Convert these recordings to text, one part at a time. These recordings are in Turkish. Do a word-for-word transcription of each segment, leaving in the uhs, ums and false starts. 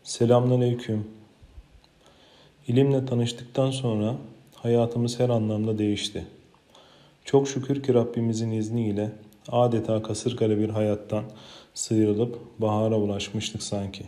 Selamünaleyküm. İlimle tanıştıktan sonra hayatımız her anlamda değişti. Çok şükür ki Rabbimizin izniyle adeta kasırgalı bir hayattan sıyrılıp bahara ulaşmıştık sanki.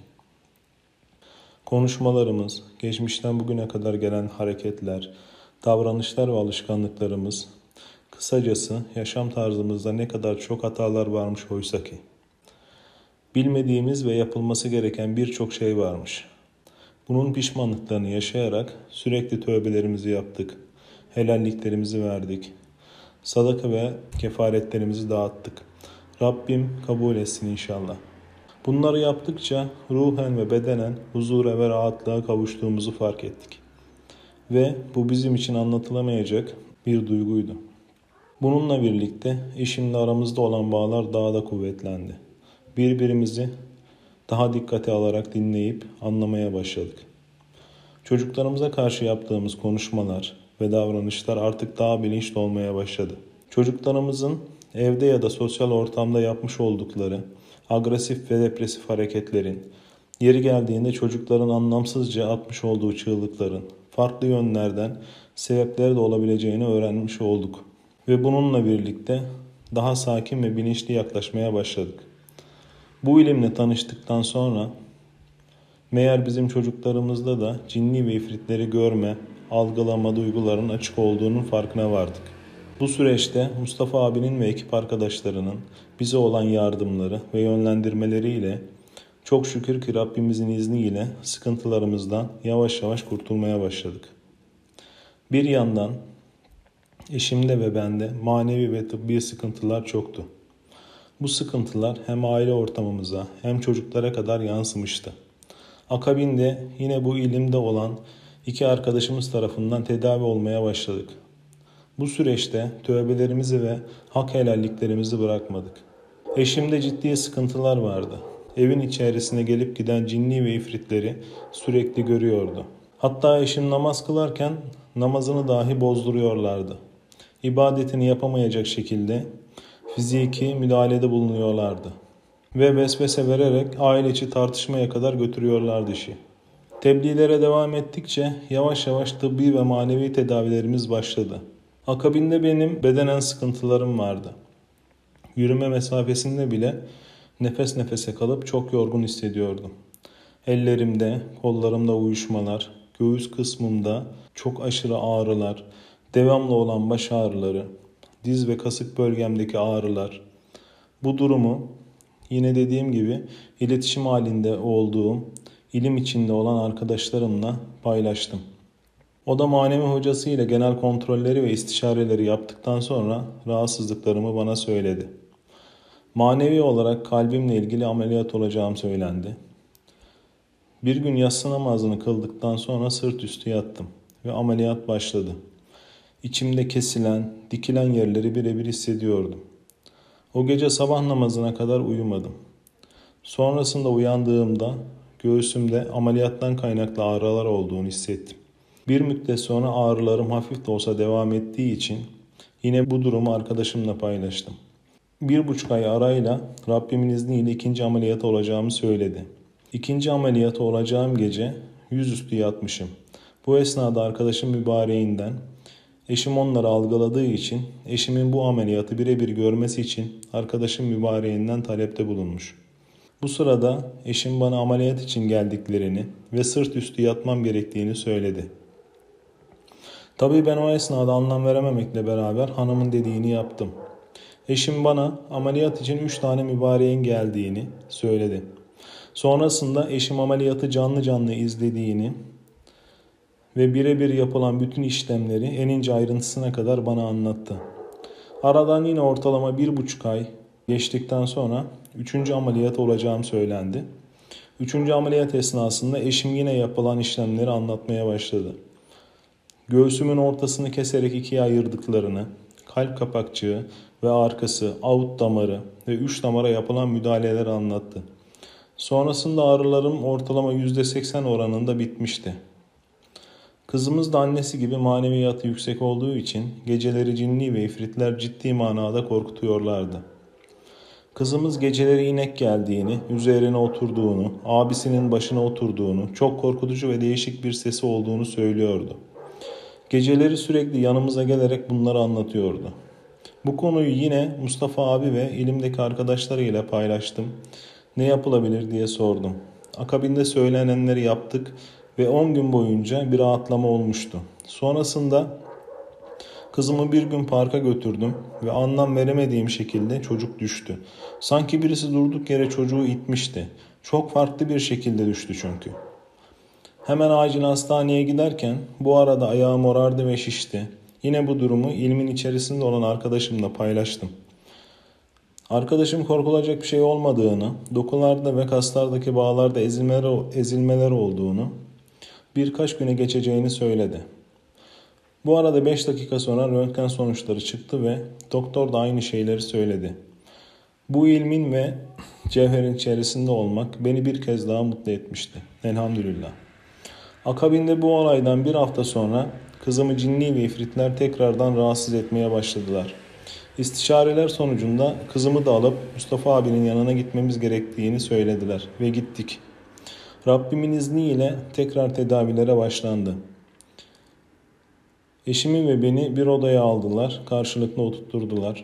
Konuşmalarımız, geçmişten bugüne kadar gelen hareketler, davranışlar ve alışkanlıklarımız, kısacası yaşam tarzımızda ne kadar çok hatalar varmış oysa ki. Bilmediğimiz ve yapılması gereken birçok şey varmış. Bunun pişmanlıklarını yaşayarak sürekli tövbelerimizi yaptık, helalliklerimizi verdik, sadaka ve kefaretlerimizi dağıttık. Rabbim kabul etsin inşallah. Bunları yaptıkça ruhen ve bedenen huzura ve rahatlığa kavuştuğumuzu fark ettik. Ve bu bizim için anlatılamayacak bir duyguydu. Bununla birlikte eşimle aramızda olan bağlar daha da kuvvetlendi. Birbirimizi daha dikkate alarak dinleyip anlamaya başladık. Çocuklarımıza karşı yaptığımız konuşmalar ve davranışlar artık daha bilinçli olmaya başladı. Çocuklarımızın evde ya da sosyal ortamda yapmış oldukları agresif ve depresif hareketlerin, yeri geldiğinde çocukların anlamsızca atmış olduğu çığlıkların farklı yönlerden sebepleri de olabileceğini öğrenmiş olduk. Ve bununla birlikte daha sakin ve bilinçli yaklaşmaya başladık. Bu ilimle tanıştıktan sonra meğer bizim çocuklarımızda da cinni ve ifritleri görme, algılama duygularının açık olduğunun farkına vardık. Bu süreçte Mustafa abinin ve ekip arkadaşlarının bize olan yardımları ve yönlendirmeleriyle çok şükür ki Rabbimizin izniyle sıkıntılarımızdan yavaş yavaş kurtulmaya başladık. Bir yandan eşimde ve bende manevi ve tıbbi sıkıntılar çoktu. Bu sıkıntılar hem aile ortamımıza hem çocuklara kadar yansımıştı. Akabinde yine bu ilimde olan iki arkadaşımız tarafından tedavi olmaya başladık. Bu süreçte tövbelerimizi ve hak helalliklerimizi bırakmadık. Eşimde ciddi sıkıntılar vardı. Evin içerisine gelip giden cinni ve ifritleri sürekli görüyordu. Hatta eşim namaz kılarken namazını dahi bozduruyorlardı. İbadetini yapamayacak şekilde fiziki müdahalede bulunuyorlardı. Ve vesvese vererek aile içi tartışmaya kadar götürüyorlardı işi. Tebliğlere devam ettikçe yavaş yavaş tıbbi ve manevi tedavilerimiz başladı. Akabinde benim bedenen sıkıntılarım vardı. Yürüme mesafesinde bile nefes nefese kalıp çok yorgun hissediyordum. Ellerimde, kollarımda uyuşmalar, göğüs kısmımda çok aşırı ağrılar, devamlı olan baş ağrıları, diz ve kasık bölgemdeki ağrılar. Bu durumu yine dediğim gibi iletişim halinde olduğum, ilim içinde olan arkadaşlarımla paylaştım. O da manevi hocasıyla genel kontrolleri ve istişareleri yaptıktan sonra rahatsızlıklarımı bana söyledi. Manevi olarak kalbimle ilgili ameliyat olacağım söylendi. Bir gün yatsı namazını kıldıktan sonra sırt üstü yattım ve ameliyat başladı. İçimde kesilen, dikilen yerleri birebir hissediyordum. O gece sabah namazına kadar uyumadım. Sonrasında uyandığımda göğsümde ameliyattan kaynaklı ağrılar olduğunu hissettim. Bir müddet sonra ağrılarım hafif de olsa devam ettiği için yine bu durumu arkadaşımla paylaştım. Bir buçuk ay arayla Rabbimin izniyle ikinci ameliyata olacağımı söyledi. İkinci ameliyata olacağım gece yüzüstü yatmışım. Bu esnada arkadaşım mübareğinden eşim onları algıladığı için eşimin bu ameliyatı birebir görmesi için arkadaşım mübareğinden talepte bulunmuş. Bu sırada eşim bana ameliyat için geldiklerini ve sırt üstü yatmam gerektiğini söyledi. Tabii ben o esnada anlam verememekle beraber hanımın dediğini yaptım. Eşim bana ameliyat için üç tane mübareğin geldiğini söyledi. Sonrasında eşim ameliyatı canlı canlı izlediğini ve birebir yapılan bütün işlemleri en ince ayrıntısına kadar bana anlattı. Aradan yine ortalama bir buçuk ay geçtikten sonra üçüncü ameliyat olacağım söylendi. Üçüncü ameliyat esnasında eşim yine yapılan işlemleri anlatmaya başladı. Göğsümün ortasını keserek ikiye ayırdıklarını, kalp kapakçığı ve arkası, aort damarı ve üç damara yapılan müdahaleleri anlattı. Sonrasında ağrılarım ortalama yüzde seksen oranında bitmişti. Kızımız da annesi gibi maneviyatı yüksek olduğu için geceleri cinni ve ifritler ciddi manada korkutuyorlardı. Kızımız geceleri inek geldiğini, üzerine oturduğunu, abisinin başına oturduğunu, çok korkutucu ve değişik bir sesi olduğunu söylüyordu. Geceleri sürekli yanımıza gelerek bunları anlatıyordu. Bu konuyu yine Mustafa abi ve ilimdeki arkadaşlarıyla paylaştım. Ne yapılabilir diye sordum. Akabinde söylenenleri yaptık ve on gün boyunca bir rahatlama olmuştu. Sonrasında kızımı bir gün parka götürdüm ve anlam veremediğim şekilde çocuk düştü. Sanki birisi durduk yere çocuğu itmişti. Çok farklı bir şekilde düştü çünkü. Hemen acil hastaneye giderken bu arada ayağım morardı ve şişti. Yine bu durumu ilmin içerisinde olan arkadaşımla paylaştım. Arkadaşım korkulacak bir şey olmadığını, dokularda ve kaslardaki bağlarda ezilmeler, ezilmeler olduğunu, birkaç güne geçeceğini söyledi. Bu arada beş dakika sonra röntgen sonuçları çıktı ve doktor da aynı şeyleri söyledi. Bu ilmin ve cevherin içerisinde olmak beni bir kez daha mutlu etmişti. Elhamdülillah. Akabinde bu olaydan bir hafta sonra kızımı cinni ve ifritler tekrardan rahatsız etmeye başladılar. İstişareler sonucunda kızımı da alıp Mustafa abinin yanına gitmemiz gerektiğini söylediler ve gittik. Rabbimin izniyle tekrar tedavilere başlandı. Eşimi ve beni bir odaya aldılar, karşılıklı oturtturdular.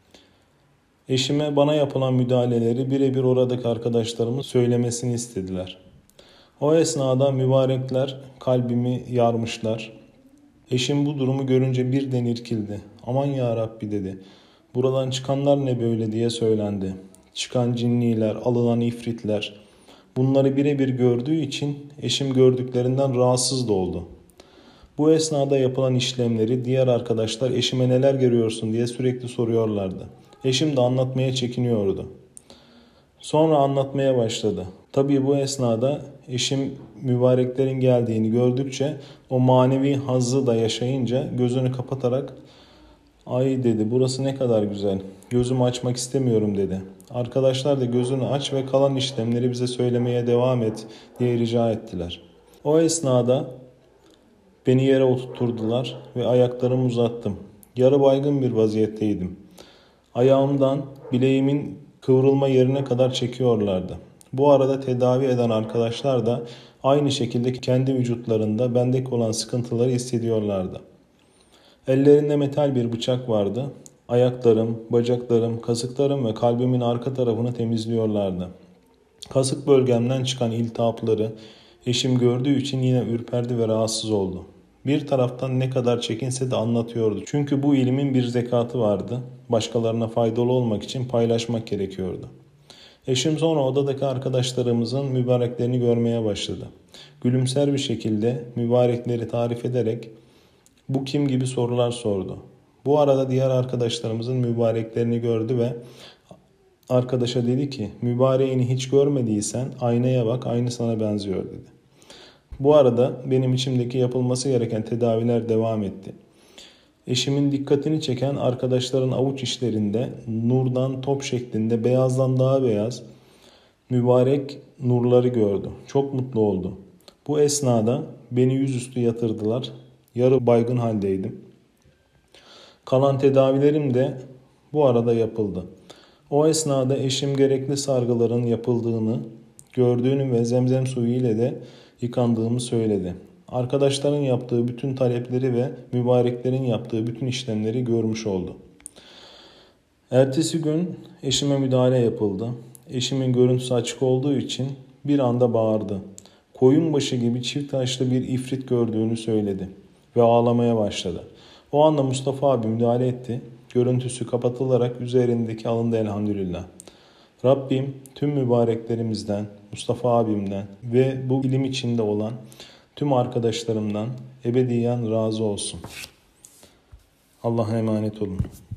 Eşime bana yapılan müdahaleleri birebir oradaki arkadaşlarımın söylemesini istediler. O esnada mübarekler kalbimi yarmışlar. Eşim bu durumu görünce birden irkildi. Aman ya Rabbi dedi. Buradan çıkanlar ne böyle diye söylendi. Çıkan cinniler, alınan ifritler. Bunları birebir gördüğü için eşim gördüklerinden rahatsız da oldu. Bu esnada yapılan işlemleri diğer arkadaşlar eşime neler görüyorsun diye sürekli soruyorlardı. Eşim de anlatmaya çekiniyordu. Sonra anlatmaya başladı. Tabii bu esnada eşim mübareklerin geldiğini gördükçe o manevi hazzı da yaşayınca gözünü kapatarak "Ay" dedi, "burası ne kadar güzel. Gözümü açmak istemiyorum" dedi. Arkadaşlar da "Gözünü aç ve kalan işlemleri bize söylemeye devam et" diye rica ettiler. O esnada beni yere oturtturdular ve ayaklarımı uzattım. Yarı baygın bir vaziyetteydim. Ayağımdan bileğimin kıvrılma yerine kadar çekiyorlardı. Bu arada tedavi eden arkadaşlar da aynı şekilde kendi vücutlarında bendeki olan sıkıntıları hissediyorlardı. Ellerinde metal bir bıçak vardı. Ayaklarım, bacaklarım, kasıklarım ve kalbimin arka tarafını temizliyorlardı. Kasık bölgemden çıkan iltihapları eşim gördüğü için yine ürperdi ve rahatsız oldu. Bir taraftan ne kadar çekinse de anlatıyordu. Çünkü bu ilimin bir zekatı vardı. Başkalarına faydalı olmak için paylaşmak gerekiyordu. Eşim sonra odadaki arkadaşlarımızın mübareklerini görmeye başladı. Gülümser bir şekilde mübarekleri tarif ederek "Bu kim?" gibi sorular sordu. Bu arada diğer arkadaşlarımızın mübareklerini gördü ve arkadaşa dedi ki "Mübareğini hiç görmediysen aynaya bak, aynı sana benziyor" dedi. Bu arada benim içimdeki yapılması gereken tedaviler devam etti. Eşimin dikkatini çeken arkadaşların avuç içlerinde nurdan top şeklinde beyazdan daha beyaz mübarek nurları gördü. Çok mutlu oldu. Bu esnada beni yüzüstü yatırdılar. Yarı baygın haldeydim. Kalan tedavilerim de bu arada yapıldı. O esnada eşim gerekli sargıların yapıldığını gördüğünü ve zemzem suyu ile de yıkandığımı söyledi. Arkadaşların yaptığı bütün talepleri ve mübareklerin yaptığı bütün işlemleri görmüş oldu. Ertesi gün eşime müdahale yapıldı. Eşimin görüntüsü açık olduğu için bir anda bağırdı. Koyunbaşı gibi çift taşlı bir ifrit gördüğünü söyledi ve ağlamaya başladı. O anda Mustafa abi müdahale etti. Görüntüsü kapatılarak üzerindeki alındı elhamdülillah. Rabbim tüm mübareklerimizden, Mustafa abimden ve bu ilim içinde olan tüm arkadaşlarımdan ebediyen razı olsun. Allah'a emanet olun.